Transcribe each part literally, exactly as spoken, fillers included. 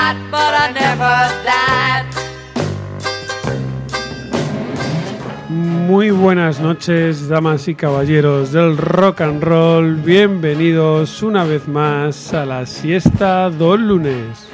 fight, but I never died. Muy buenas noches, damas y caballeros del rock and roll. Bienvenidos una vez más a la siesta dos lunes.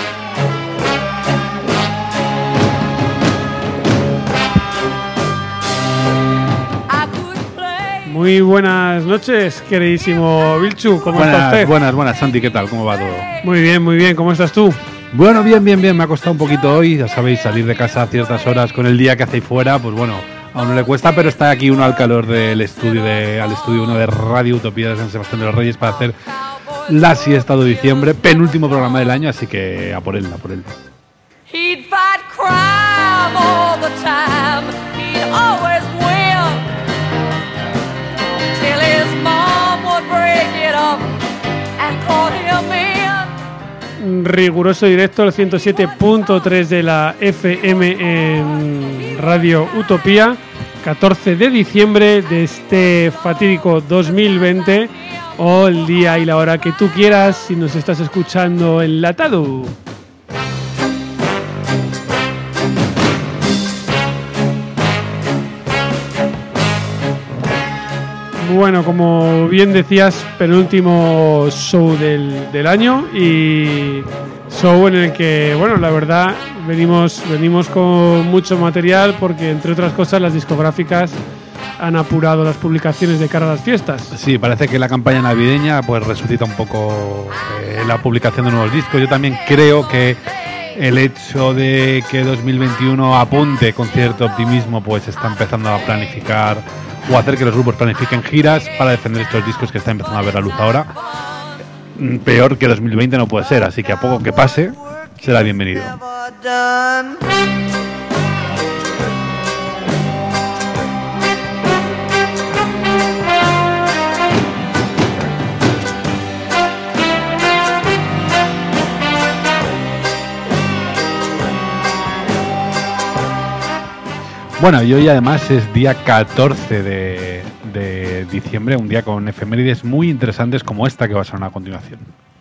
Muy buenas noches, queridísimo Vilchu. ¿Cómo buenas, está usted? Buenas, buenas, Santi. ¿Qué tal? ¿Cómo va todo? Muy bien, muy bien. ¿Cómo estás tú? Bueno, bien, bien, bien. Me ha costado un poquito hoy. Ya sabéis, salir de casa a ciertas horas con el día que hacéis fuera, pues bueno, a uno le cuesta, pero está aquí uno al calor del estudio, de, al estudio uno de Radio Utopía de San Sebastián de los Reyes para hacer la siesta de diciembre, penúltimo programa del año, así que a por él, a por él. He'd fight crime all the time. He'd always win. Till his mom would break it up and call him in. Riguroso directo al ciento siete punto tres de la F M en Radio Utopía, catorce de diciembre de este fatídico dos mil veinte, o el día y la hora que tú quieras si nos estás escuchando enlatado. Bueno, como bien decías, penúltimo show del, del año y show en el que, bueno, la verdad, venimos, venimos con mucho material porque, entre otras cosas, las discográficas han apurado las publicaciones de cara a las fiestas. Sí, parece que la campaña navideña pues resucita un poco eh, la publicación de nuevos discos. Yo también creo que el hecho de que dos mil veintiuno apunte con cierto optimismo pues está empezando a planificar o hacer que los grupos planifiquen giras para defender estos discos que están empezando a ver la luz ahora. Peor que dos mil veinte no puede ser, así que a poco que pase será bienvenido. Bueno, y hoy además es día catorce de, de diciembre, un día con efemérides muy interesantes como esta que va a sonar a continuación.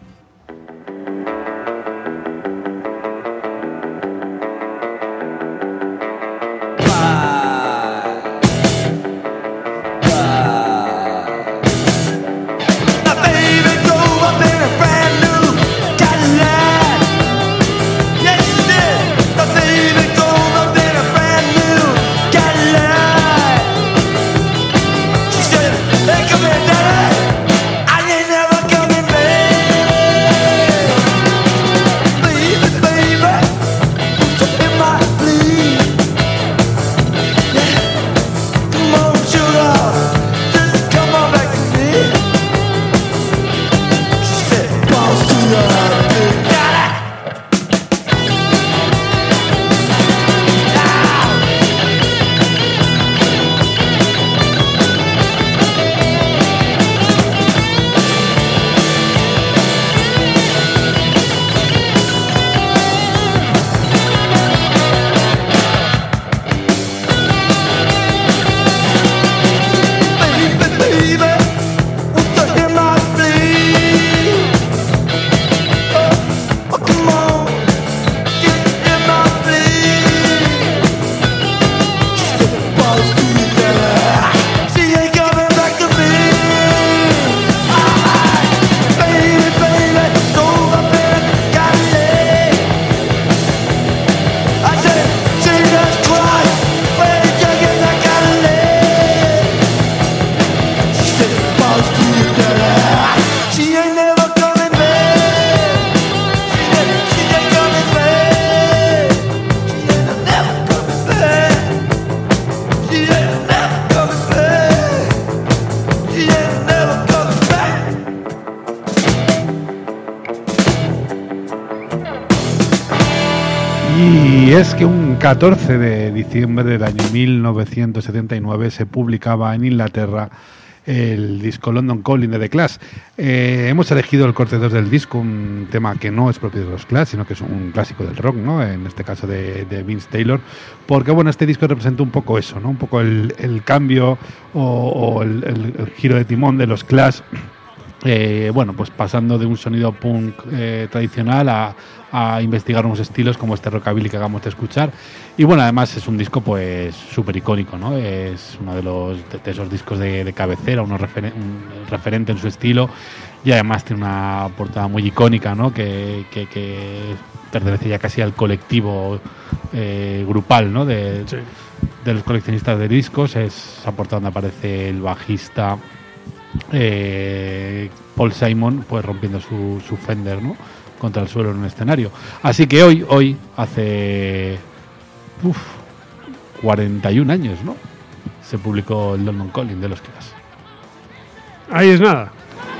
Y es que un catorce de diciembre del año mil novecientos setenta y nueve se publicaba en Inglaterra el disco London Calling de The Clash. Eh, hemos elegido el corte dos del disco, un tema que no es propio de los Clash, sino que es un clásico del rock, ¿no? En este caso de, de Vince Taylor, porque bueno, este disco representa un poco eso, ¿no? Un poco el, el cambio o, o el, el, el giro de timón de los Clash Eh, bueno, pues pasando de un sonido punk eh, tradicional a, a investigar unos estilos como este rockabilly que acabamos de escuchar. Y bueno, además es un disco pues súper icónico, ¿no? Es uno de los de, de esos discos de, de cabecera, uno referen, un referente en su estilo, y además tiene una portada muy icónica, ¿no? Que, que, que pertenece ya casi al colectivo eh, grupal, ¿no? De, sí. de los coleccionistas de discos. Es esa portada donde aparece el bajista Eh, Paul Simon pues rompiendo su, su Fender, ¿no? Contra el suelo en un escenario. Así que hoy, hoy hace uf, cuarenta y un años, ¿no? Se publicó el London Calling de los Clash. Ahí es nada.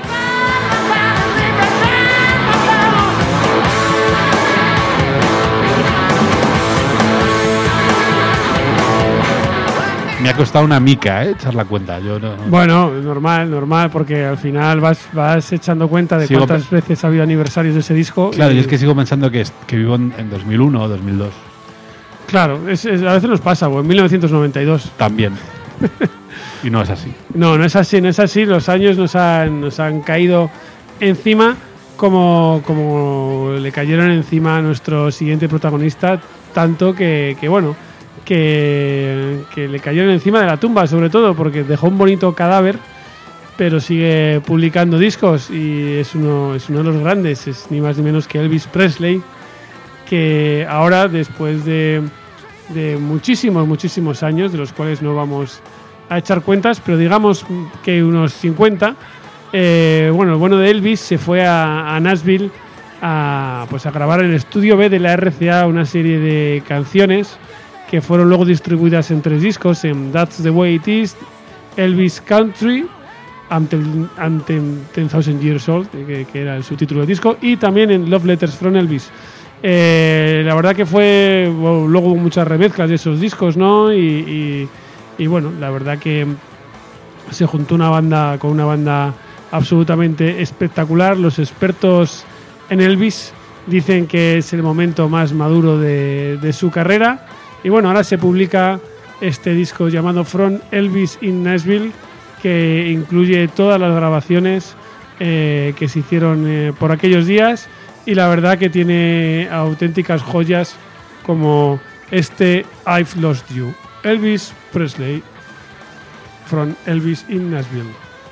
Me ha costado una mica, ¿eh? Echar la cuenta. Yo no, no. Bueno, normal, normal, porque al final vas, vas echando cuenta de sigo cuántas pe- veces ha habido aniversarios de ese disco. Claro, y, y es que sigo pensando que, que vivo en, en dos mil uno o dos mil dos. Claro, es, es, a veces nos pasa, o en mil novecientos noventa y dos. También. Y no es así. No, no es así, no es así. Los años nos han, nos han caído encima como, como le cayeron encima a nuestro siguiente protagonista, tanto que, que bueno... Que, que le cayeron encima de la tumba, sobre todo porque dejó un bonito cadáver, pero sigue publicando discos y es uno, es uno de los grandes, es ni más ni menos que Elvis Presley, que ahora, después de, de muchísimos, muchísimos años, de los cuales no vamos a echar cuentas, pero digamos que unos cincuenta, eh, bueno, el bueno de Elvis se fue a, a Nashville a, pues a grabar en el estudio B de la R C A una serie de canciones que fueron luego distribuidas en tres discos, en That's the Way It Is, Elvis Country, Until, Until ten thousand Years Old, que, que era el subtítulo del disco, y también en Love Letters from Elvis. Eh, la verdad que fue, bueno, luego hubo muchas remezclas de esos discos, ¿no? Y, y, y bueno, la verdad que se juntó una banda con una banda absolutamente espectacular. Los expertos en Elvis dicen que es el momento más maduro de, de su carrera. Y bueno, ahora se publica este disco llamado From Elvis in Nashville, que incluye todas las grabaciones eh, que se hicieron eh, por aquellos días, y la verdad que tiene auténticas joyas como este I've Lost You, Elvis Presley, From Elvis in Nashville.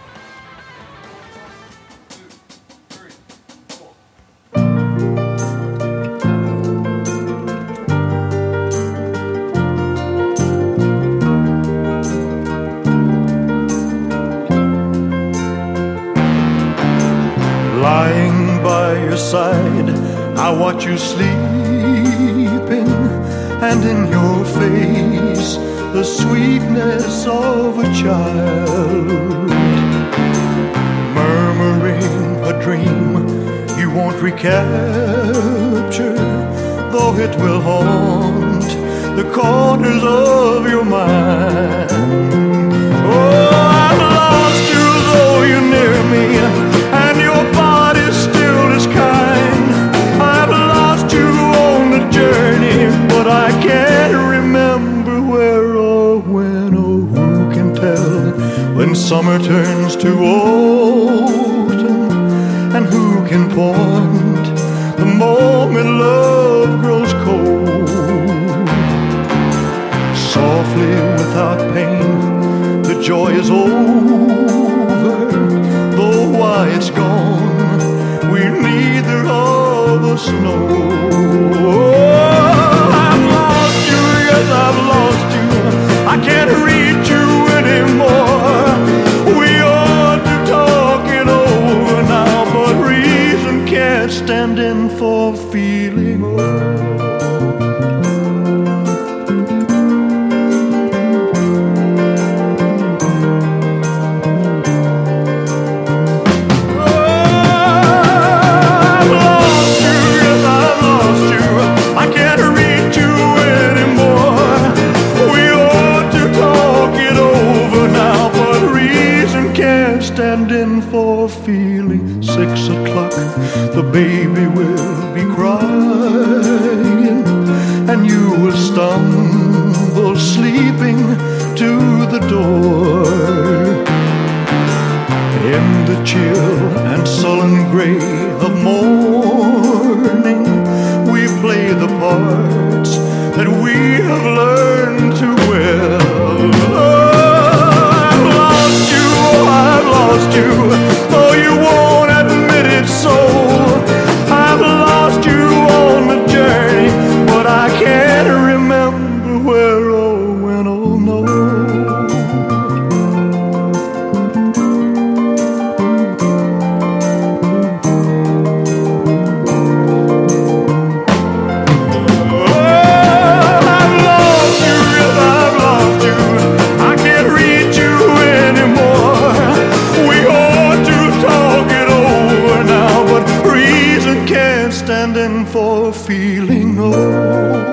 Side, I watch you sleeping, and in your face the sweetness of a child, murmuring a dream you won't recapture, though it will haunt the corners of your mind. Oh, I've lost you, though you're near me, and your body still is kind. I've lost you on the journey, but I can't remember where or when, or who can tell when summer turns to autumn, and who can point the moment love grows cold. Softly, without pain, the joy is over, though why it's gone, we neither of us know. Oh, I've lost you, yes, I've lost you, I can't reach you anymore. We ought to talk it over now, but reason can't stand in for feeling. Standing for feeling. Six o'clock, the baby will be crying, and you will stumble sleeping to the door. In the chill and sullen gray of morning, we play the parts that we have learned too well. Oh, I've lost you, oh, I've lost you, though you won't admit it so. I've lost you on the journey, but I can't remember where or when, oh no. Standing for feeling old.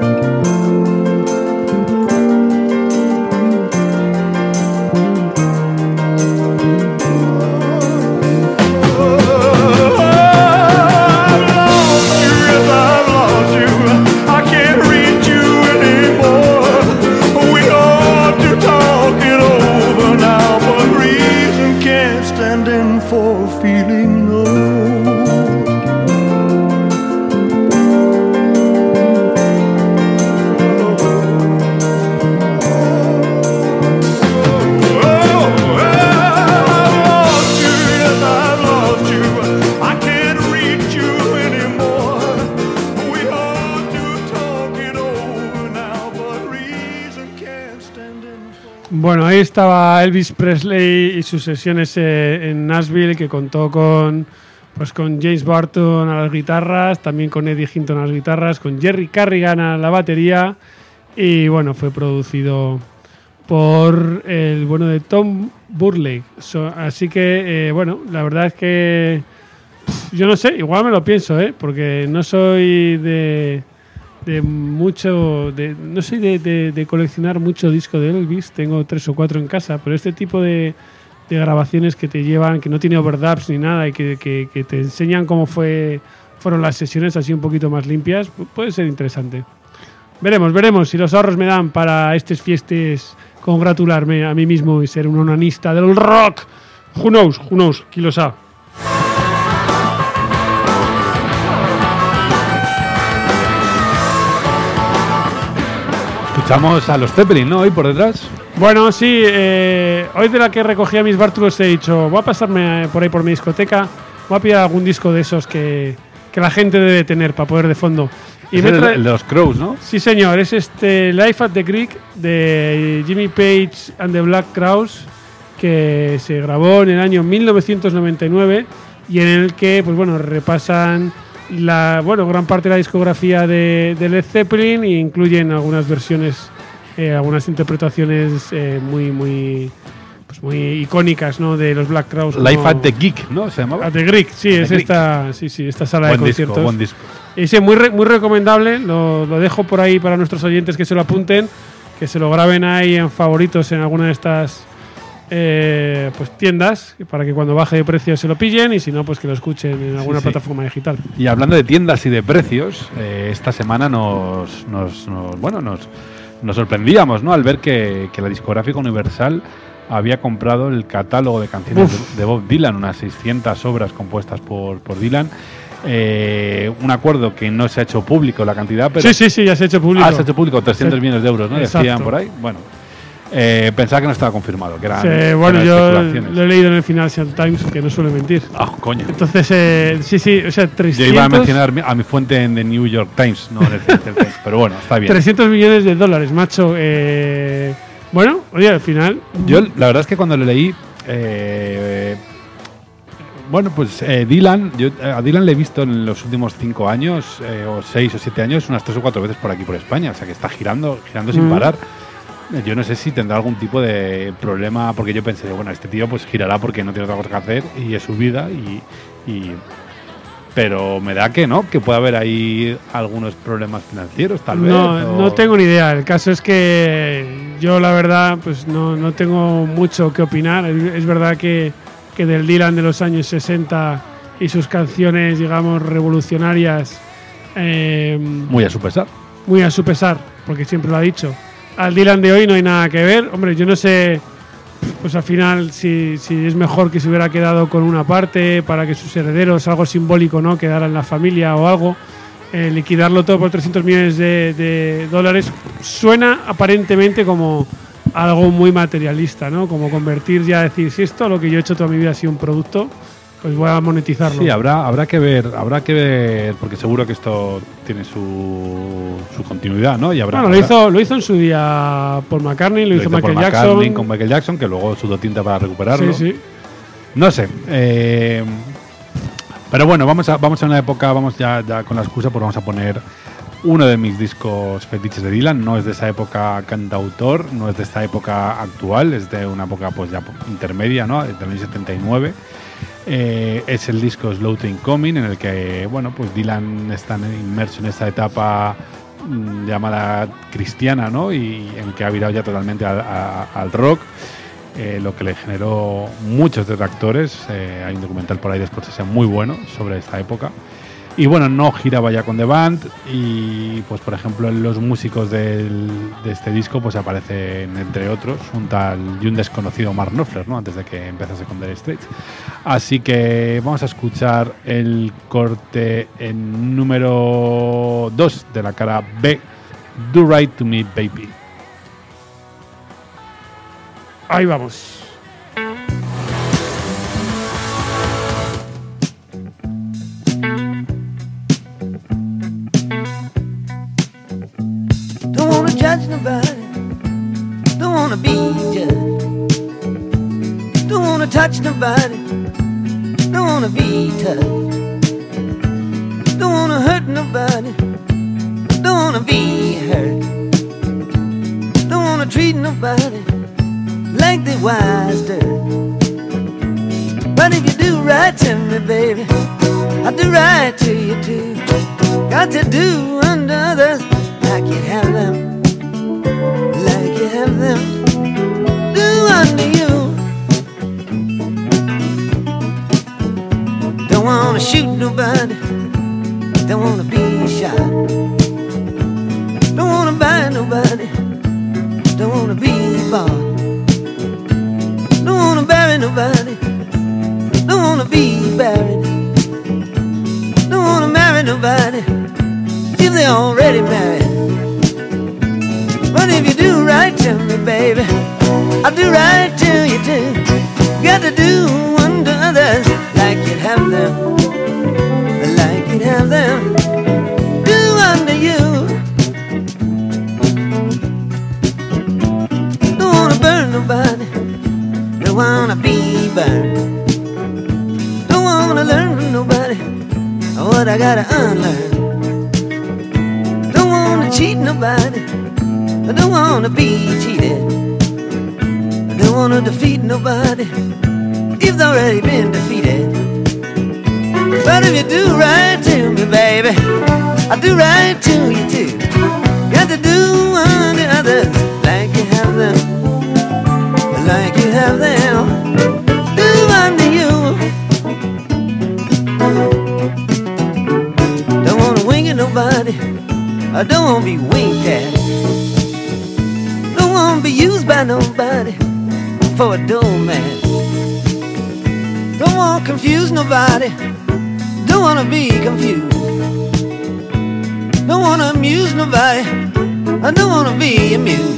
Bueno, ahí estaba Elvis Presley y sus sesiones eh, en Nashville, que contó con, pues, con James Burton a las guitarras, también con Eddie Hinton a las guitarras, con Jerry Carrigan a la batería, y bueno, fue producido por el bueno de Tom Burley. So, así que, eh, bueno, la verdad es que pff, yo no sé, igual me lo pienso, ¿eh? Porque no soy de... de mucho de, no soy de, de, de coleccionar mucho disco de Elvis, tengo tres o cuatro en casa, pero este tipo de, de grabaciones que te llevan, que no tiene overdubs ni nada y que, que, que te enseñan cómo fue fueron las sesiones así un poquito más limpias, puede ser interesante. Veremos, veremos si los ahorros me dan para estas fiestas congratularme a mí mismo y ser un onanista del rock. Who knows, who knows, quién lo sabe. Escuchamos a los Zeppelin, ¿no? Hoy por detrás. Bueno, sí, eh, hoy de la que recogía mis bártulos he dicho, voy a pasarme por ahí por mi discoteca, voy a pillar algún disco de esos que, que la gente debe tener para poder de fondo. Y es me el, trae... el de los Crows, ¿no? Sí, señor, es este Life at the Creek de Jimmy Page and the Black Crowes, que se grabó en el año mil novecientos noventa y nueve y en el que, pues bueno, repasan la, bueno, gran parte de la discografía de, de Led Zeppelin e incluyen algunas versiones, eh, algunas interpretaciones eh, muy, muy, pues muy icónicas, ¿no? De los Black Crowes. Life at the Geek, ¿no? Se llamaba. At the Greek, sí, At es the esta, sí, sí, esta sala buen de disco, conciertos. buen disco. Ese muy re, muy recomendable, lo, lo dejo por ahí para nuestros oyentes que se lo apunten, que se lo graben ahí en favoritos en alguna de estas eh, pues tiendas, para que cuando baje de precio se lo pillen y si no, pues que lo escuchen en alguna Sí, sí. plataforma digital. Y hablando de tiendas y de precios, eh, esta semana nos, nos, nos bueno nos, nos sorprendíamos, ¿no? Al ver que, que la discográfica Universal había comprado el catálogo de canciones de, de Bob Dylan, unas seiscientas obras compuestas por, por Dylan. Eh, un acuerdo que no se ha hecho público la cantidad, pero Sí, sí, sí, ya se ha hecho público. ah, se ha hecho público trescientos Sí. millones de euros, ¿no? Exacto. Decían por ahí. Bueno, eh, pensaba que no estaba confirmado, que eran, Sí, que bueno, eran yo especulaciones. lo he leído en el Financial Times, que no suele mentir. Ah, coño. Entonces, eh, sí, sí, o sea, Yo trescientos, iba a mencionar mi- a mi fuente en The New York Times, no en el Financial Times, pero bueno, está bien. trescientos millones de dólares, macho. Eh, bueno, oye, al final... Yo la verdad es que cuando lo leí, eh, bueno, pues eh, Dylan, yo a Dylan le he visto en los últimos cinco años, eh, o seis o siete años, unas tres o cuatro veces por aquí por España, o sea que está girando, girando sin Mm. parar. Yo no sé si tendrá algún tipo de problema, porque yo pensé, bueno, este tío pues girará porque no tiene otra cosa que hacer y es su vida, y, y pero me da que no, que puede haber ahí algunos problemas financieros, tal vez. No, o- no tengo ni idea. El caso es que yo, la verdad, pues no, no tengo mucho que opinar. Es, es verdad que, que del Dylan de los años sesenta y sus canciones, digamos, revolucionarias, eh, Muy a su pesar. muy a su pesar, porque siempre lo ha dicho. Al Dylan de hoy no hay nada que ver. Hombre, yo no sé, pues al final si, si es mejor que se hubiera quedado con una parte para que sus herederos, algo simbólico, ¿no?, quedara en la familia o algo. Eh, liquidarlo todo por trescientos millones de, de dólares suena aparentemente como algo muy materialista, ¿no? Como convertir ya, decir, si esto lo que yo he hecho toda mi vida ha sido un producto, pues voy a monetizarlo. Sí, habrá, habrá que ver, habrá que ver, porque seguro que esto tiene su, su continuidad, ¿no? Y habrá, bueno, lo habrá, hizo, lo hizo en su día Paul McCartney, lo, lo hizo, hizo Michael Paul Jackson. McCartney con Michael Jackson, que luego sudó tinta para recuperarlo. Sí, sí. No sé. Eh, pero bueno, vamos a, vamos a una época, vamos ya, ya con la excusa, pues vamos a poner uno de mis discos fetiches de Dylan. No es de esa época cantautor, no es de esta época actual, es de una época pues ya intermedia, ¿no? Del año setenta y nueve. Eh, es el disco Slow Train Coming, en el que, bueno, pues Dylan está inmerso en esta etapa mmm, llamada cristiana, ¿no? Y en que ha virado ya totalmente al, a, al rock. Eh, lo que le generó muchos detractores. Eh, hay un documental por ahí de Scorsese muy bueno sobre esta época. Y bueno, no giraba ya con The Band y pues por ejemplo los músicos del, de este disco pues aparecen entre otros un tal y un desconocido Mark Knopfler, ¿no?, antes de que empezase con Dire Straits. Así que vamos a escuchar el corte en número dos de la cara B, Do Right to Me Baby. Ahí vamos. Don't wanna judge nobody, don't wanna be judged. Don't wanna touch nobody, don't wanna be touched. Don't wanna hurt nobody, don't wanna be hurt. Don't wanna treat nobody like they wise dirt. But if you do right to me, baby, I do right to you too. Got to do unto others like you have them, like you have them. Do unto you. Don't wanna shoot nobody, don't wanna be shot. Don't wanna buy nobody, don't wanna be bought. Don't wanna bury nobody, don't wanna be buried. Don't wanna marry nobody if they're already married. But if you do right to me, baby, I do right to you too. Got to do unto others like you'd have them, like you'd have them. Do unto you. Don't wanna burn nobody, don't wanna be burned. Don't wanna learn from nobody what I gotta unlearn. Don't wanna cheat nobody, I don't wanna be cheated. I don't wanna defeat nobody if they've already been defeated. But if you do right to me, baby, I do right to you too. Got to do unto others like you have them, like you have them. Do unto you. Don't wanna wing at nobody, I don't wanna be winked at. Don't wanna be used by nobody for a doormat. Don't wanna confuse nobody, don't wanna be confused. Don't wanna amuse nobody, I don't wanna be amused.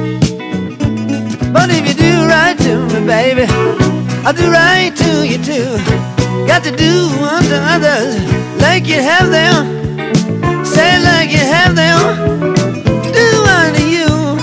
But if you do right to me, baby, I do right to you too. Got to do unto others like you have them, say like you have them. Do unto you.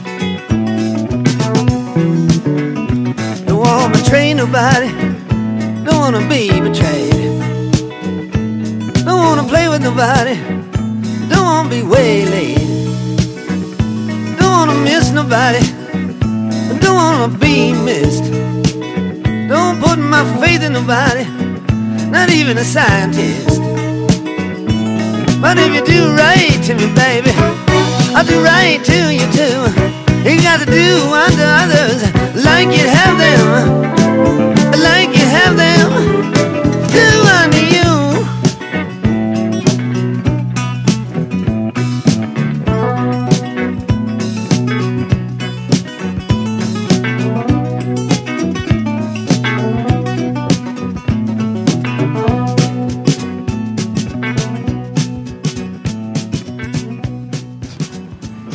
Don't wanna betray nobody, don't wanna be betrayed. Don't wanna play with nobody, don't wanna be waylaid. Don't wanna miss nobody, don't wanna be missed. Don't put my faith in nobody, not even a scientist. But if you do right to me, baby, I do right to you too. You got to do unto others like you have them, like you have them. Do unto you.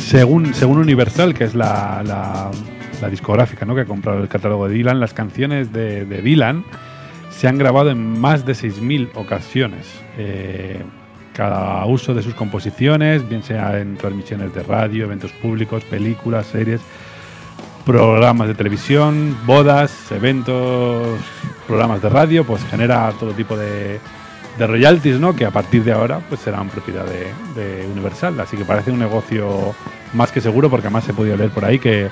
según, según Universal, que es la, la, la discográfica, ¿no?, que ha comprado el catálogo de Dylan, las canciones de, de Dylan se han grabado en más de seis mil ocasiones. Eh, cada uso de sus composiciones, bien sea en transmisiones de radio, eventos públicos, películas, series, programas de televisión, bodas, eventos, programas de radio, pues genera todo tipo de, de royalties, ¿no?, que a partir de ahora pues serán propiedad de, de Universal. Así que parece un negocio más que seguro, porque además se podía leer por ahí que,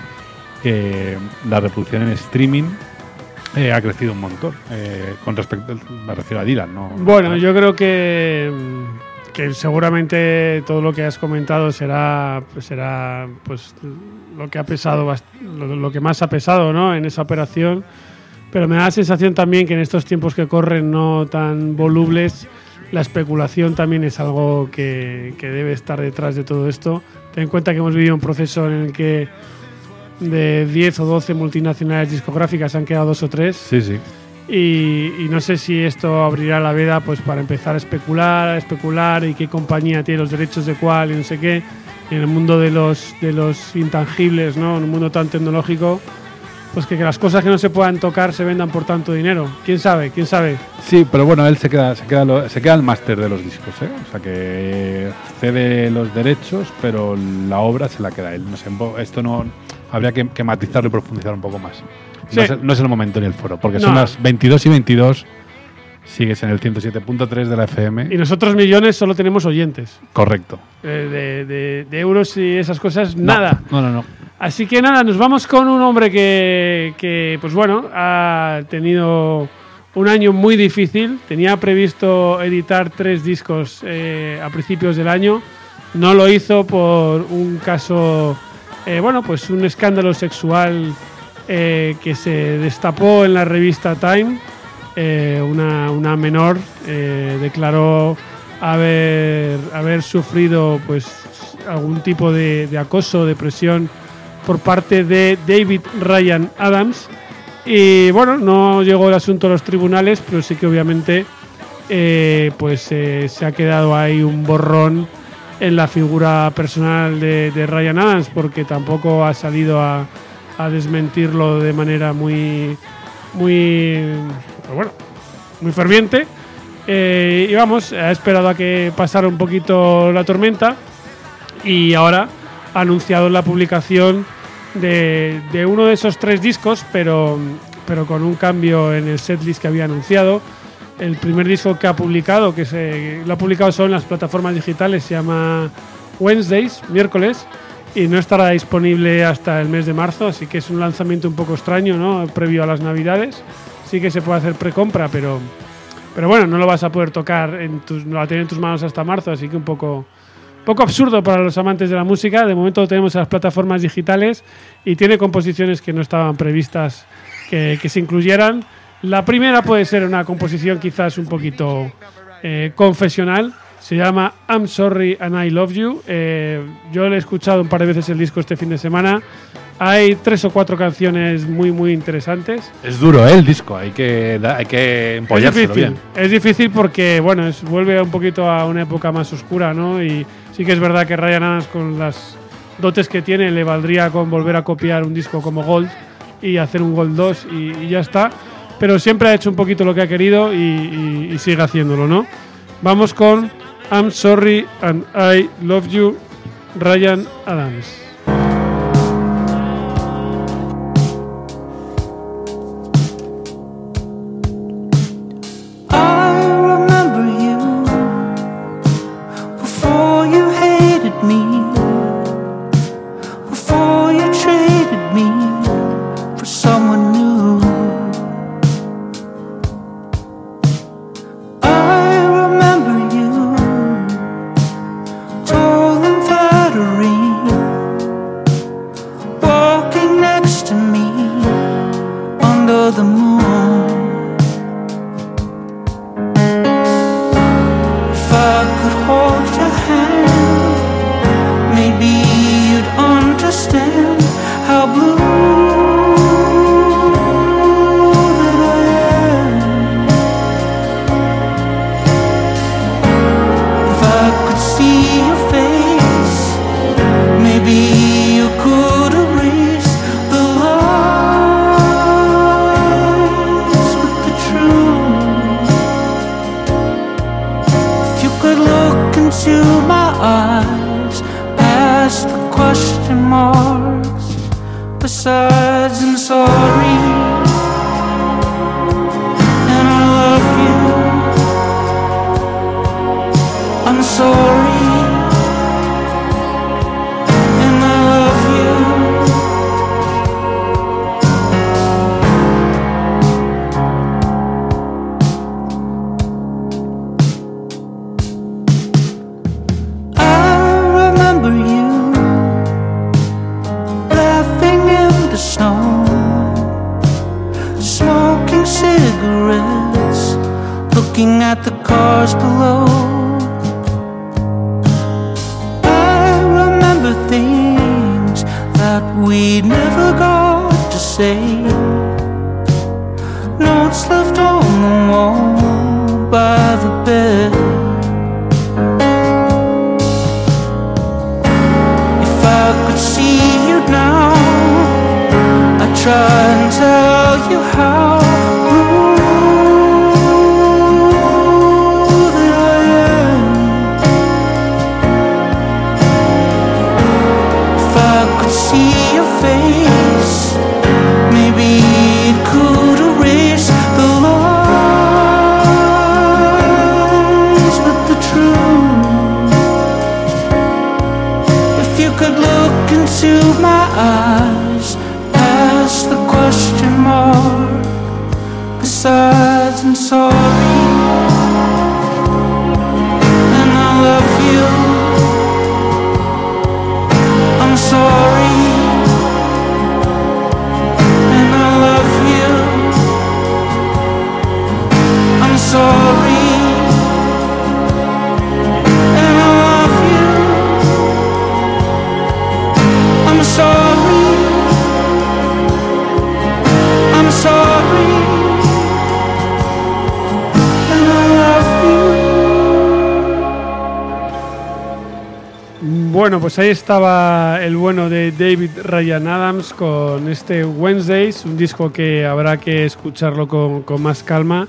que la reproducción en streaming eh, ha crecido un montón eh, con respecto, me refiero a Dylan, ¿no? Bueno, yo creo que que seguramente todo lo que has comentado será será pues lo que ha pesado, lo, lo que más ha pesado, ¿no?, en esa operación. Pero me da la sensación también que en estos tiempos que corren no tan volubles, la especulación también es algo que, que debe estar detrás de todo esto. Ten en cuenta que hemos vivido un proceso en el que de diez o doce multinacionales discográficas han quedado dos o tres. Sí, sí. Y, y no sé si esto abrirá la veda pues para empezar a especular, a especular y qué compañía tiene los derechos de cuál y no sé qué. Y en el mundo de los, de los intangibles, ¿no?, en un mundo tan tecnológico, pues que, que las cosas que no se puedan tocar se vendan por tanto dinero. ¿Quién sabe? ¿Quién sabe? Sí, pero bueno, él se queda se queda, lo, se queda el máster de los discos, ¿eh? O sea que cede los derechos, pero la obra se la queda él. No sé, esto no habría que, que matizarlo y profundizar un poco más. Sí. No, es, no es el momento ni el foro, porque No. son las veintidós y veintidós. Sigues en el ciento siete punto tres de la F M. Y nosotros millones solo tenemos oyentes. Correcto. Eh, de, de, de euros y esas cosas, No, nada. No, no, no. Así que nada, nos vamos con un hombre que, que, pues bueno, ha tenido un año muy difícil. Tenía previsto editar tres discos eh, a principios del año. No lo hizo por un caso, eh, bueno, pues un escándalo sexual eh, que se destapó en la revista Time. Eh, una, una menor eh, declaró haber, haber sufrido pues algún tipo de, de acoso, depresión por parte de David Ryan Adams. Y bueno, no llegó el asunto a los tribunales, pero sí que obviamente eh, pues eh, se ha quedado ahí un borrón en la figura personal de, de Ryan Adams, porque tampoco ha salido a, a desmentirlo de manera muy muy pues bueno, muy ferviente. Eh, y vamos, ha esperado a que pasara un poquito la tormenta y ahora ha anunciado la publicación de, de uno de esos tres discos, pero, pero con un cambio en el setlist que había anunciado. El primer disco que ha publicado, que se lo ha publicado solo en las plataformas digitales, se llama Wednesdays, miércoles, y no estará disponible hasta el mes de marzo, así que es un lanzamiento un poco extraño, ¿no?, previo a las Navidades. Sí que se puede hacer precompra, pero, pero bueno, no lo vas a poder tocar, en tus, no lo vas a tener en tus manos hasta marzo, así que un poco, poco absurdo para los amantes de la música. De momento lo tenemos en las plataformas digitales y tiene composiciones que no estaban previstas que, que se incluyeran. La primera puede ser una composición quizás un poquito eh, confesional. Se llama I'm Sorry and I Love You. Eh, yo le he escuchado un par de veces el disco este fin de semana. Hay tres o cuatro canciones muy, muy interesantes. Es duro, ¿eh?, el disco. Hay que, hay que Es empollárselo difícil, bien. es difícil porque bueno, es, vuelve un poquito a una época más oscura, ¿no? Y sí que es verdad que Ryan Adams, con las dotes que tiene, le valdría con volver a copiar un disco como Gold y hacer un Gold dos y, y ya está. Pero siempre ha hecho un poquito lo que ha querido y, y, y sigue haciéndolo, ¿no? Vamos con I'm Sorry and I Love You, Ryan Adams. If I could hold your hand besides I'm sorry, and I love you. I'm sorry, and I love you. I remember you laughing in the snow, smoking cigarettes, looking at the cars below. I remember things that we never got to say, notes left on the wall by the bed. If I could see you now, I'd try and tell you how rude that I am. If I could see your face, maybe it could erase the lies with the truth. If you could look into my eyes, ask the question mark, besides I'm sorry, and I love you. I'm sorry, and I love you. I'm sorry, and I love you. I'm sorry, I'm sorry, and I love you. Bueno, pues ahí estaba el bueno de David Ryan Adams con este Wednesdays, un disco que habrá que escucharlo con, con más calma.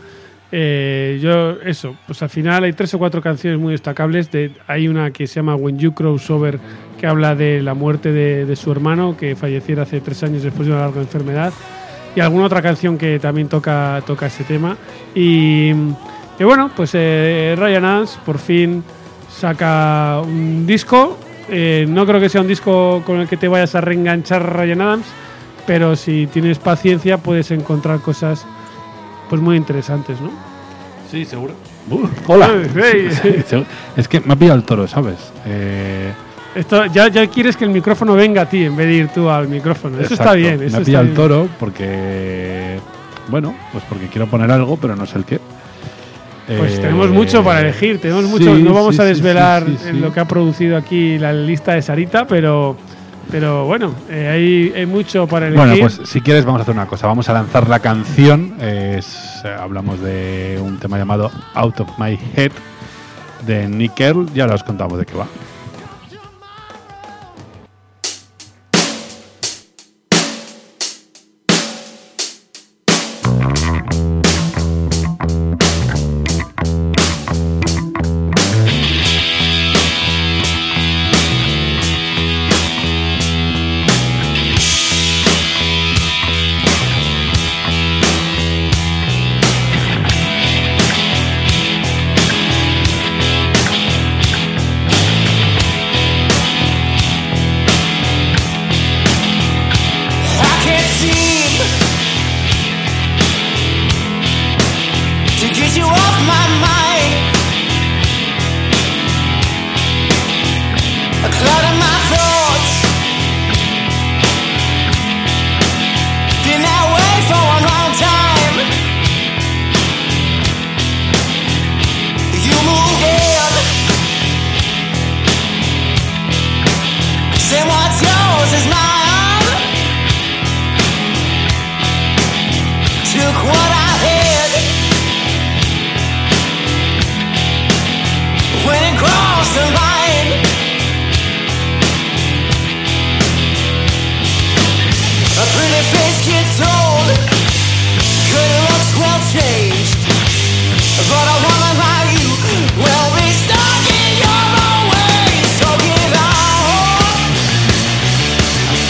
Eh, yo, eso, pues al final hay tres o cuatro canciones muy destacables. De, hay una que se llama When You Cross Over, que habla de la muerte de, de su hermano, que falleciera hace tres años después de una larga enfermedad. Y alguna otra canción que también toca, toca ese tema. Y, y bueno, pues eh, Ryan Adams por fin saca un disco. Eh, no creo que sea un disco con el que te vayas a reenganchar, Ryan Adams, pero si tienes paciencia puedes encontrar cosas pues muy interesantes, ¿no? Sí, seguro. Uh, hola. Hey. Sí, sí, sí. Es que me ha pillado el toro, ¿sabes? Eh... Esto, ya, ya quieres que el micrófono venga a ti en vez de ir tú al micrófono. Eso Exacto. está bien. Eso me ha está pillado el bien. toro porque, bueno, pues porque quiero poner algo, pero no sé el qué. Pues Eh, tenemos mucho para elegir. Tenemos mucho. sí, No vamos sí, a sí, desvelar sí, sí, sí. en lo que ha producido aquí la lista de Sarita, pero, pero bueno, eh, hay, hay mucho para elegir. Bueno, pues si quieres vamos a hacer una cosa. Vamos a lanzar la canción. Es, eh, hablamos de un tema llamado Out of My Head de Nick Earl. Ya os contamos de qué va. Well,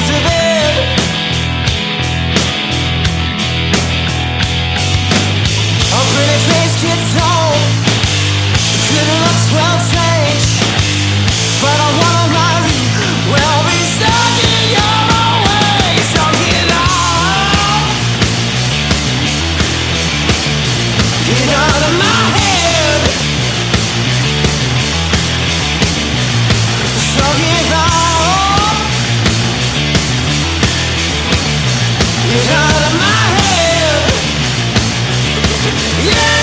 goes to bed. A pretty face gets home. Good looks will change, but I wanna run. Well, be stuck in your own way, stuck in love. Get out of my head. Stuck in love. Get out of my head. Yeah.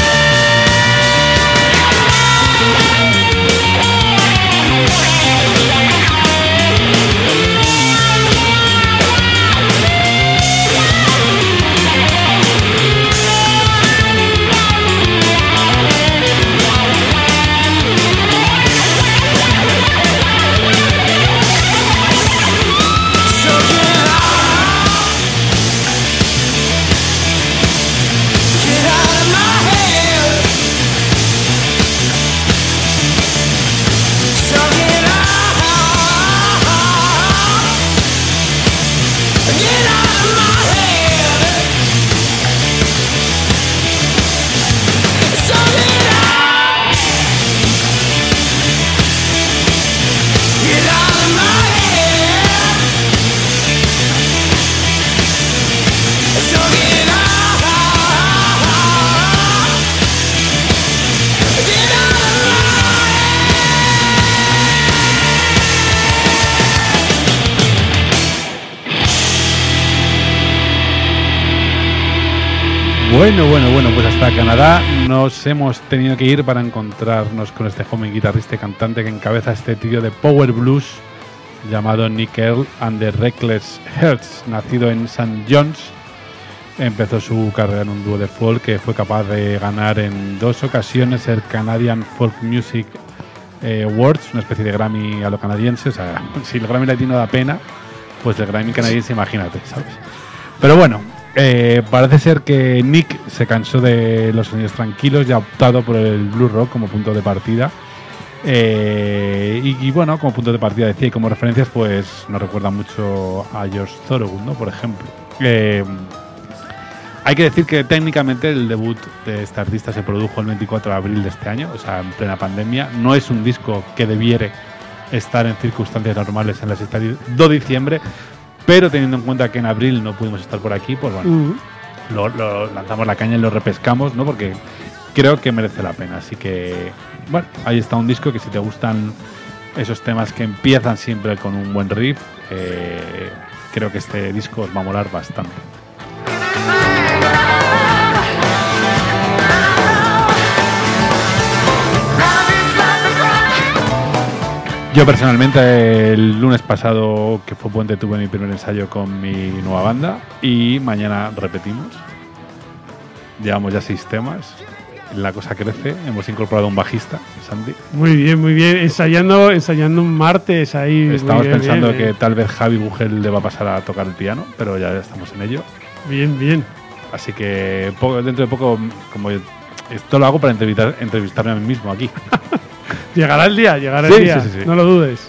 Bueno, bueno, bueno, pues hasta Canadá nos hemos tenido que ir para encontrarnos con este joven guitarrista y cantante que encabeza este trío de power blues llamado Nick Earl and the Reckless Hearts. Nacido en Saint John's, empezó su carrera en un dúo de folk que fue capaz de ganar en dos ocasiones el Canadian Folk Music eh, Awards, una especie de Grammy a lo canadiense. O sea, si el Grammy latino da pena, pues el Grammy canadiense, imagínate, ¿sabes? Pero bueno, Eh, parece ser que Nick se cansó de los sonidos tranquilos y ha optado por el blues rock como punto de partida. Eh, y, y bueno, como punto de partida decía, y como referencias, pues nos recuerda mucho a George Thorogood, ¿no? Por ejemplo. Eh, hay que decir que técnicamente el debut de este artista se produjo el veinticuatro de abril de este año, o sea, en plena pandemia. No es un disco que debiere estar en circunstancias normales en las estaciones de diciembre. Pero teniendo en cuenta que en abril no pudimos estar por aquí, pues bueno, uh-huh. lo, lo lanzamos la caña y lo repescamos, ¿no? Porque creo que merece la pena. Así que, bueno, ahí está un disco que si te gustan esos temas que empiezan siempre con un buen riff, eh, creo que este disco os va a molar bastante. Yo personalmente el lunes pasado, que fue puente, tuve mi primer ensayo con mi nueva banda y mañana repetimos. Llevamos ya seis temas, la cosa crece, hemos incorporado un bajista, Sandy. Muy bien, muy bien, ensayando ensayando un martes ahí. Estamos bien, pensando bien, que bien. tal vez Javi Bugel le va a pasar a tocar el piano, pero ya estamos en ello. Bien, bien. Así que poco, dentro de poco, como yo, esto lo hago para entrevistar, entrevistarme a mí mismo aquí. Llegará el día, llegará sí, el día, sí, sí, sí. No lo dudes.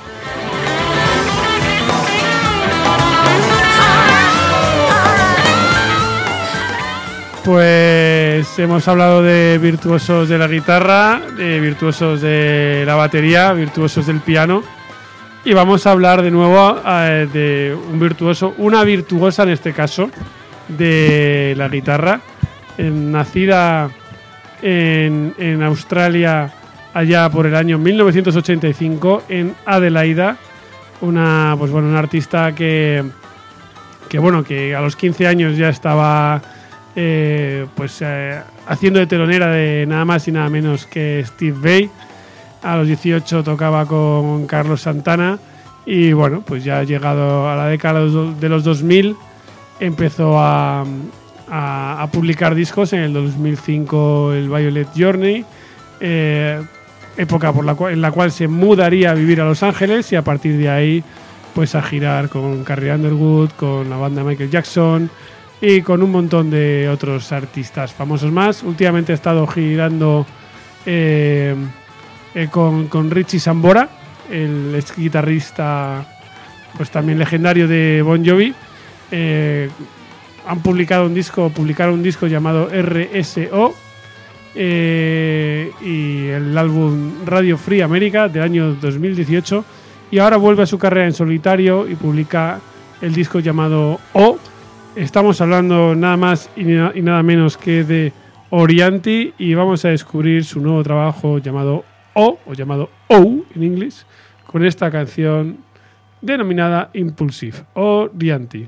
Pues hemos hablado de virtuosos de la guitarra, de virtuosos de la batería, virtuosos del piano, y vamos a hablar de nuevo eh, de un virtuoso, una virtuosa en este caso, de la guitarra, eh, nacida en, en Australia allá por el año mil novecientos ochenta y cinco en Adelaida, una pues bueno, una artista que que bueno, que a los quince años ya estaba eh, pues eh, haciendo de telonera de nada más y nada menos que Steve Vai. A los dieciocho tocaba con Carlos Santana y bueno, pues ya llegado a la década de los dos mil empezó a, a, a publicar discos. En el dos mil cinco el Violet Journey, eh, época por la cual, en la cual se mudaría a vivir a Los Ángeles y a partir de ahí pues a girar con Carrie Underwood, con la banda Michael Jackson y con un montón de otros artistas famosos más. Últimamente he estado girando eh, eh, con, con Richie Sambora, el ex guitarrista pues también legendario de Bon Jovi, eh, han publicado un disco, publicaron un disco llamado R S O eh, y el álbum Radio Free America del año dos mil dieciocho, y ahora vuelve a su carrera en solitario y publica el disco llamado O. Estamos hablando nada más y nada, y nada menos que de Orianti, y vamos a descubrir su nuevo trabajo llamado O, o llamado O en inglés, con esta canción denominada Impulsive, Orianti.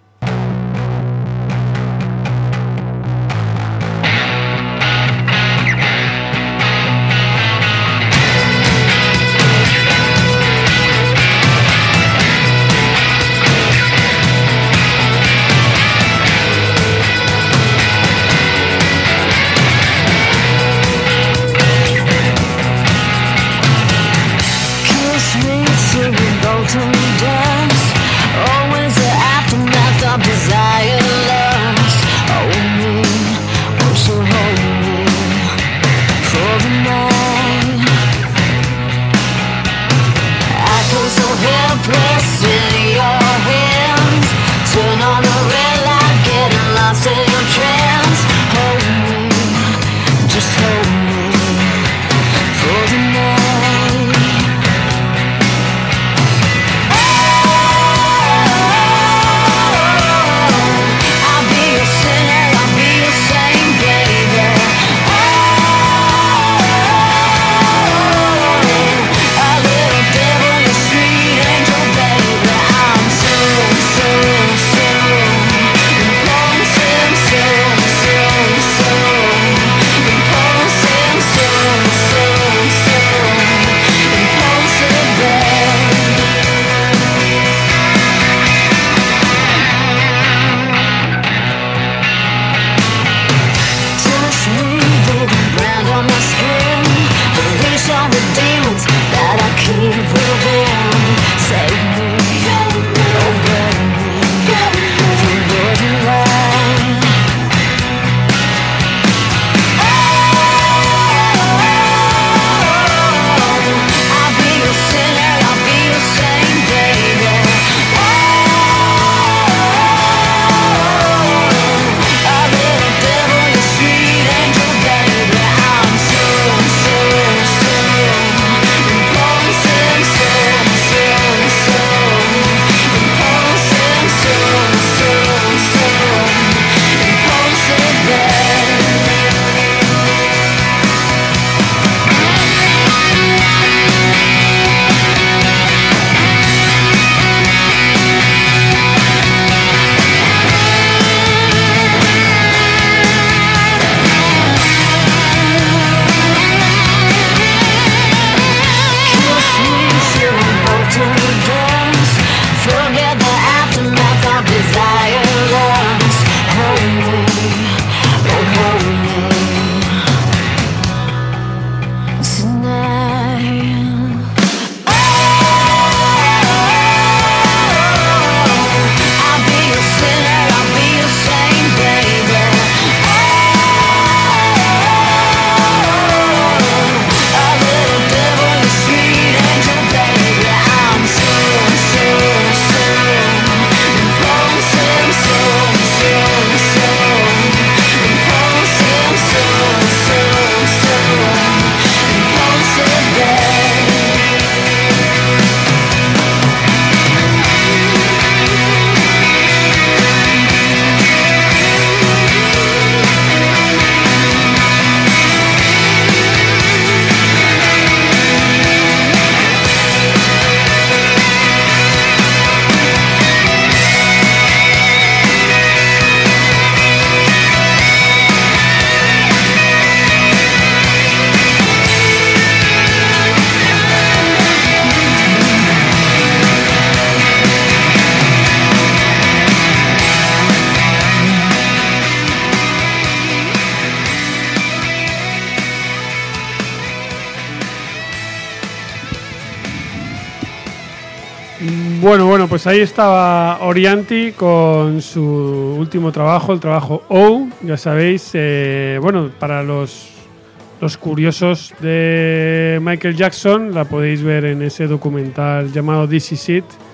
Bueno, bueno, pues ahí estaba Orianti con su último trabajo, el trabajo O, ya sabéis, eh, bueno, para los, los curiosos de Michael Jackson, la podéis ver en ese documental llamado This Is It,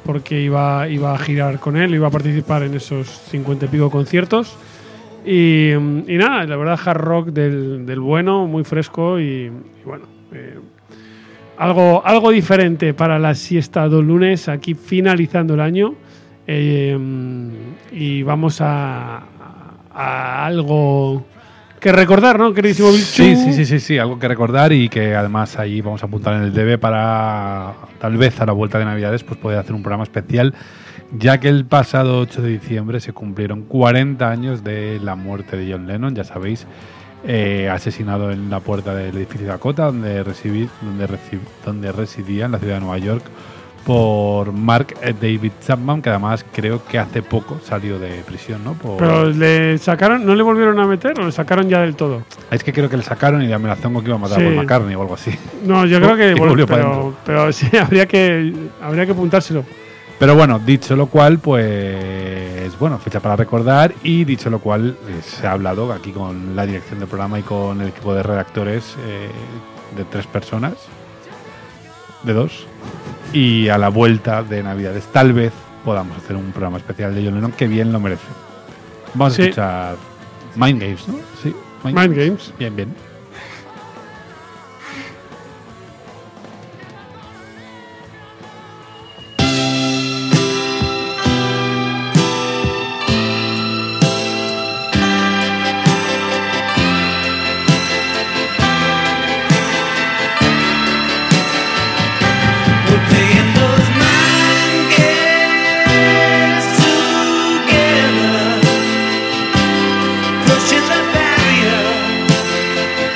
porque iba, iba a girar con él, iba a participar en esos cincuenta y pico conciertos. Y, y nada, la verdad, hard rock del, del bueno, muy fresco y, y bueno, eh, algo, algo diferente para la siesta dos lunes, aquí finalizando el año. Eh, y vamos a, a algo que recordar, ¿no, queridísimo Bichu? Sí, sí, sí, sí, sí, algo que recordar y que además ahí vamos a apuntar en el D B para tal vez a la vuelta de Navidades pues poder hacer un programa especial, ya que el pasado ocho de diciembre se cumplieron cuarenta años de la muerte de John Lennon, ya sabéis, eh, asesinado en la puerta del edificio Dakota, donde, recibí, donde, recib, donde residía en la ciudad de Nueva York, por Mark David Chapman, que además creo que hace poco salió de prisión, ¿no? Por... Pero le sacaron, ¿no le volvieron a meter o le sacaron ya del todo? Es que creo que le sacaron y amenazó con que iba a matar Sí. a Paul McCartney o algo así. No, yo creo que Y vol- volvió para pero, adentro. pero sí, habría que, habría que apuntárselo. Pero bueno, dicho lo cual, pues bueno, fecha para recordar y dicho lo cual, eh, se ha hablado aquí con la dirección del programa y con el equipo de redactores eh, de tres personas, de dos, y a la vuelta de Navidades tal vez podamos hacer un programa especial de John Lennon que bien lo merece. Vamos Sí. a escuchar Mind Games, ¿no? Sí, Mind Games. Bien, bien. We're playing those mind games together, pushing the barrier.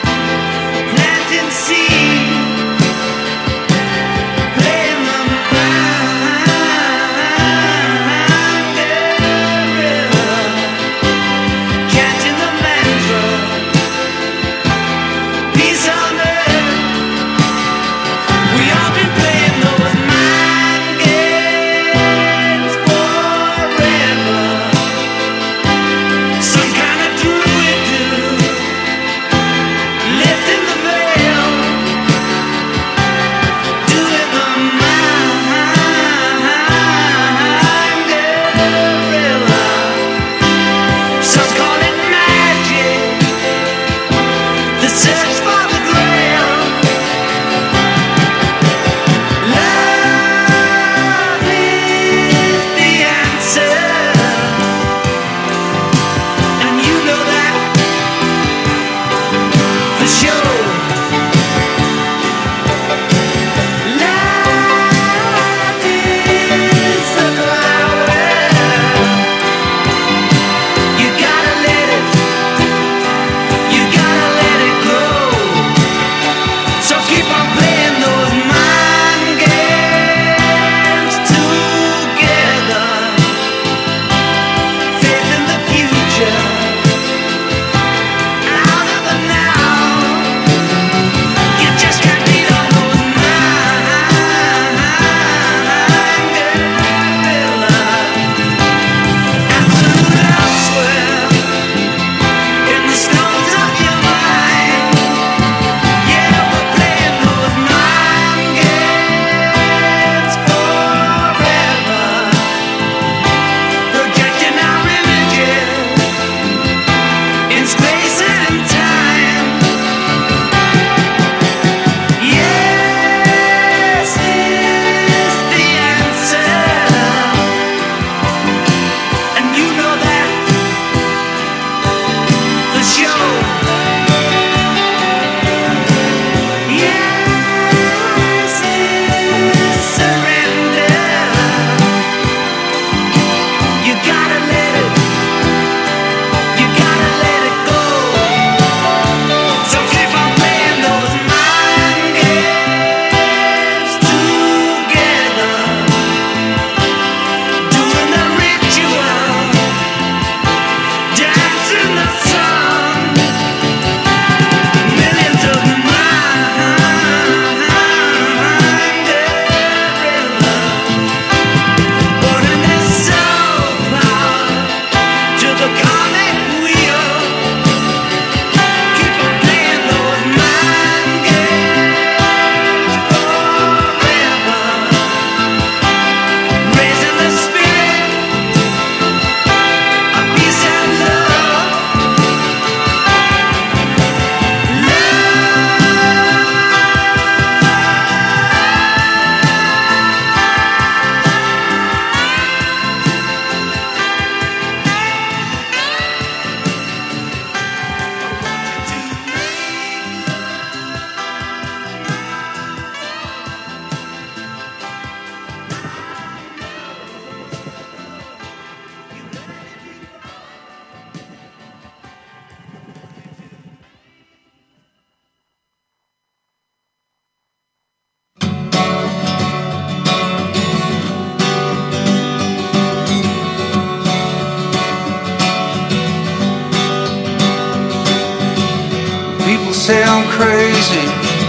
say I'm crazy,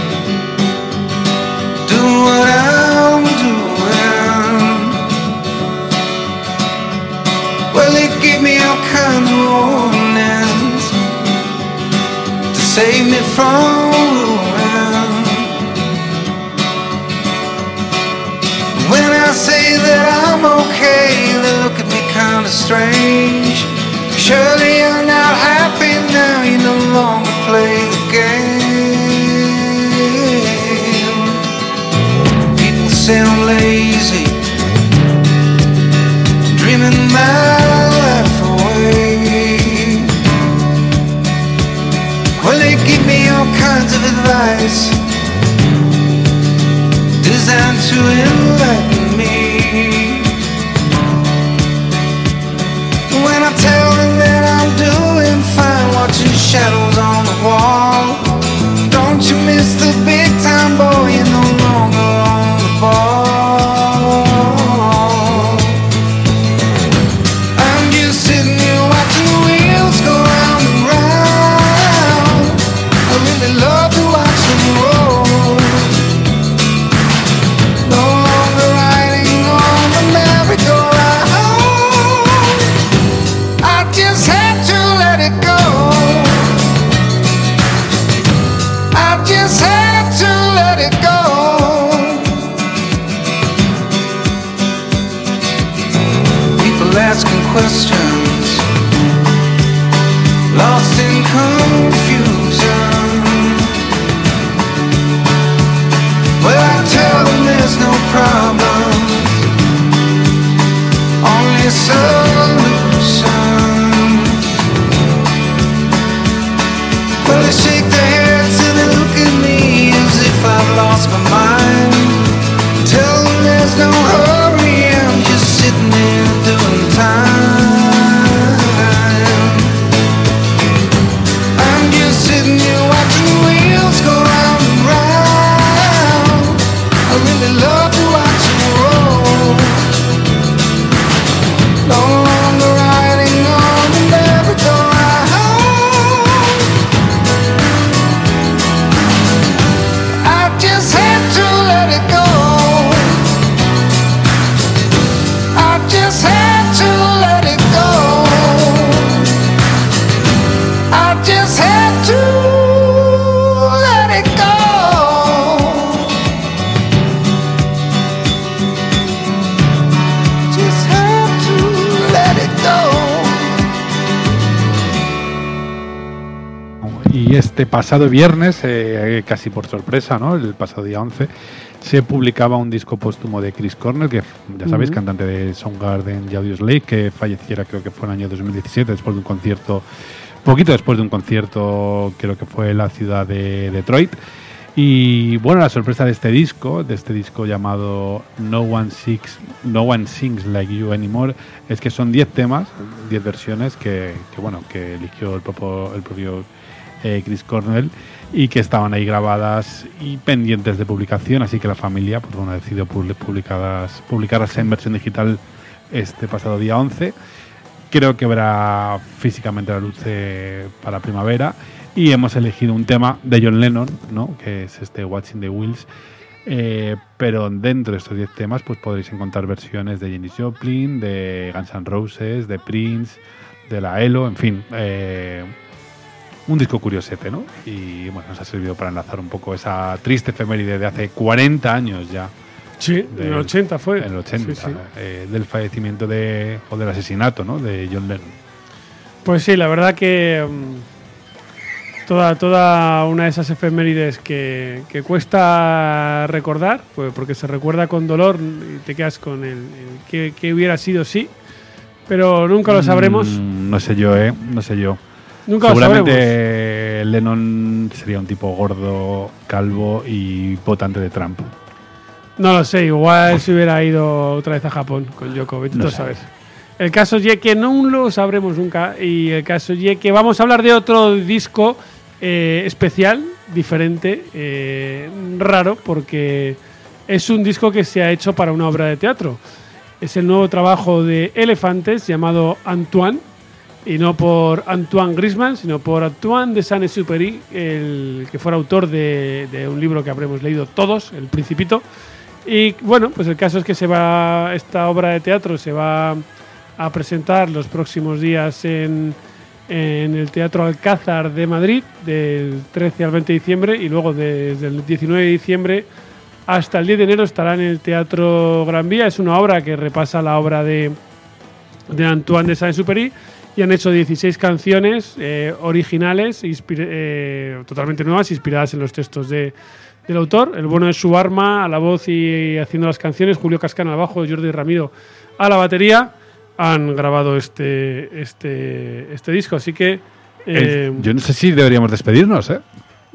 doing what I'm doing. Well, they give me all kinds of warnings to save me from ruin. When I say that I'm okay, they look at me kinda strange. Surely you're not happy now, you no longer play the game. People say I'm lazy, dreaming my life away. Well, they give me all kinds of advice designed to enlighten me. When I tell them that I'm doing fine, watching shadows on the wall, don't you miss the big time, boy, you're no longer on the ball. I'm just sitting here watching the wheels go round and round. I really love to watch them roll. No longer riding on the merry-go-round. I just had to let it go. I just had to let it go. People asking questions, lost in confusion. Well, I tell them there's no problems, only solutions. Well, they shake their heads and they look at me as if I've lost my mind. Tell them there's no hurry, I'm just sitting there doing time. I'm just sitting here watching the wheels go round and round. I really love to watch them roll. No longer riding on the merry-go-round. I just had to let it go. I just had to let it go. I just had to let it go. Just had to let it go. Y este pasado viernes, eh, casi por sorpresa, ¿no? El pasado día once, se publicaba un disco póstumo de Chris Cornell, que ya sabéis, Ujú. cantante de Soundgarden y Audioslave, que falleciera creo que fue en el año dos mil diecisiete después de un concierto, poquito después de un concierto, creo que fue en la ciudad de Detroit. Y bueno, la sorpresa de este disco, de este disco llamado No One Sings, No One Sings Like You Anymore, es que son diez temas, diez versiones que, que bueno, que eligió el propio, el propio eh, Chris Cornell y que estaban ahí grabadas y pendientes de publicación, así que la familia pues, bueno, ha decidido publi- publicadas, publicarlas en versión digital este pasado día once. Creo que verá físicamente la luz eh, para primavera. Y hemos elegido un tema de John Lennon, ¿no? Que es este Watching the Wheels. Eh, pero dentro de estos diez temas pues podréis encontrar versiones de Janis Joplin, de Guns N' Roses, de Prince, de la E L O, en fin. Eh, un disco curiosete, ¿no? Y bueno, nos ha servido para enlazar un poco esa triste efeméride de hace cuarenta años ya. Sí, en el ochenta fue. En el ochenta, Sí, sí. eh, del fallecimiento de, o del asesinato, ¿no? De John Lennon. Pues sí, la verdad que um, toda, toda una de esas efemérides que, que cuesta recordar, pues porque se recuerda con dolor y te quedas con el, el que, que hubiera sido sí, pero nunca lo sabremos. Mm, no sé yo, ¿eh? No sé yo. Nunca lo Seguramente sabremos. Lennon sería un tipo gordo, calvo y votante de Trump. No lo sé, igual se hubiera ido otra vez a Japón con Yoko, vete No tú a sé. saber. El caso es que no lo sabremos nunca y el caso es que vamos a hablar de otro disco eh, especial, diferente, eh, raro, porque es un disco que se ha hecho para una obra de teatro. Es el nuevo trabajo de Elefantes llamado Antoine y no por Antoine Griezmann, sino por Antoine de Saint-Exupéry, el que fuera autor de, de un libro que habremos leído todos, El Principito. Y bueno, pues el caso es que se va esta obra de teatro se va a presentar los próximos días en, en el Teatro Alcázar de Madrid, del trece al veinte de diciembre, y luego desde el diecinueve de diciembre hasta el diez de enero estará en el Teatro Gran Vía. Es una obra que repasa la obra de, de Antoine de Saint-Exupéry, y han hecho dieciséis canciones eh, originales, inspira- eh, totalmente nuevas, inspiradas en los textos de, del autor. El bueno es su arma a la voz y haciendo las canciones, Julio Cascana al bajo, Jordi Ramiro a la batería. Han grabado este, este, este disco, así que... Eh, El- yo no sé si deberíamos despedirnos, ¿eh?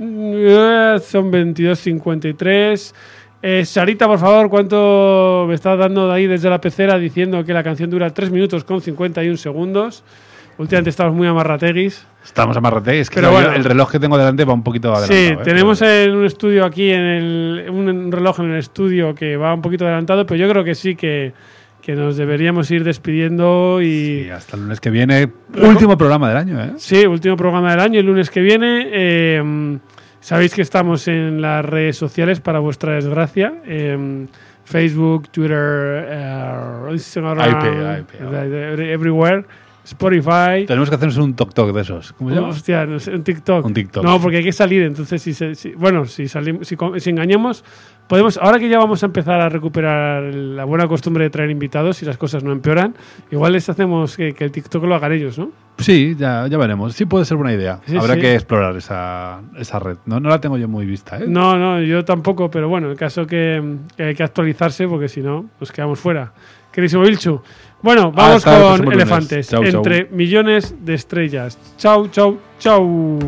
eh, son veintidós cincuenta y tres. Eh, Sarita, por favor, ¿cuánto me estás dando de ahí desde la pecera diciendo que la canción dura tres minutos con cincuenta y un segundos? Últimamente estamos muy amarrateguis. Estamos amarrate, es que Pero yo- bueno. el reloj que tengo delante va un poquito adelantado. Sí, ¿eh? tenemos Pero- en un estudio aquí, en el, un reloj en el estudio que va un poquito adelantado, pero yo creo que sí que, que nos deberíamos ir despidiendo y... Sí, hasta el lunes que viene. Último programa del año, ¿eh? Sí, último programa del año, el lunes que viene. Eh, sabéis que estamos en las redes sociales para vuestra desgracia. Eh, Facebook, Twitter, eh, Instagram, I P, I P, eh, everywhere. Spotify. Tenemos que hacernos un toc-toc de esos. ¿Cómo se llama? Hostia, no sé, un TikTok. Un TikTok. No, porque hay que salir. Entonces, si, se- si- bueno, si salimos, si, co- si engañamos, podemos. Ahora que ya vamos a empezar a recuperar la buena costumbre de traer invitados, si las cosas no empeoran, igual les hacemos que, que el TikTok lo hagan ellos, ¿no? Sí, ya, ya veremos. Sí puede ser buena idea. Sí, Habrá sí. que explorar esa, esa red. No, no la tengo yo muy vista, ¿eh? No, no, yo tampoco, pero bueno, el caso que, que hay que actualizarse porque si no, nos quedamos fuera. Querísimo Vilchu. Bueno, vamos Hasta el con próximo lunes. elefantes. Chau, chau. Entre millones de estrellas. Chau, chau, chau.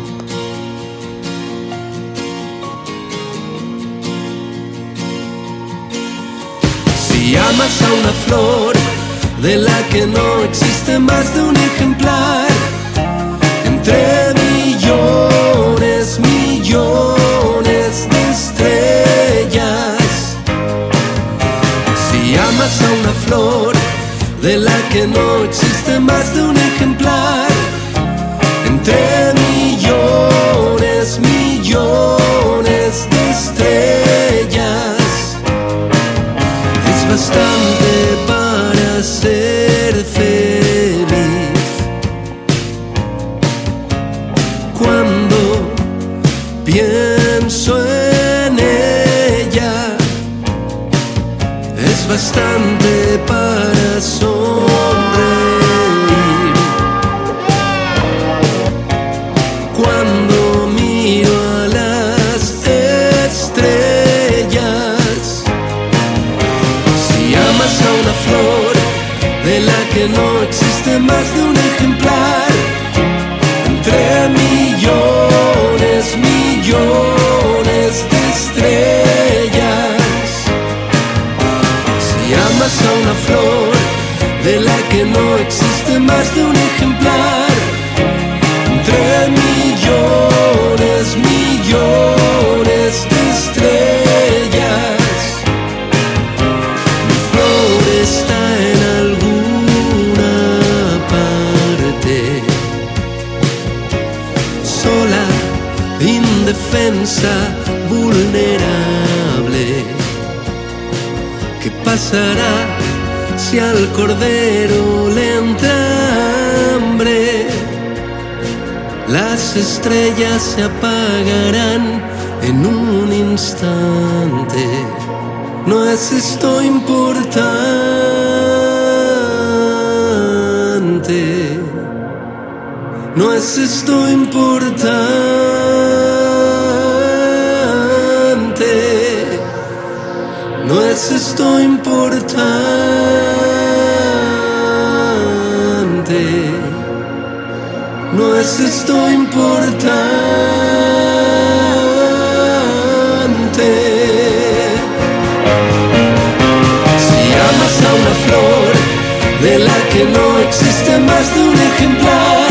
Si amas a una flor de la que no existe más de un ejemplar, entre millones, millones de estrellas. Si amas a una flor de la que no existe más de un ejemplar, entre millones, millones de estrellas. Es bastante para ser feliz. Cuando pienso en ella, es bastante para sonreír. Cuando miro a las estrellas. Si amas a una flor de la que no existe más de un ejemplar, entre millones, millones de estrellas. Si amas a una flor de la que no existe más de un ejemplar, entre millones, millones de estrellas. Mi flor está en alguna parte, sola, indefensa, vulnerable. ¿Qué pasará si al cordero le entra hambre? Las estrellas se apagarán en un instante. No es esto importante. No es esto importante. No es esto importante. No es esto importante. Si amas a una flor de la que no existe más de un ejemplar,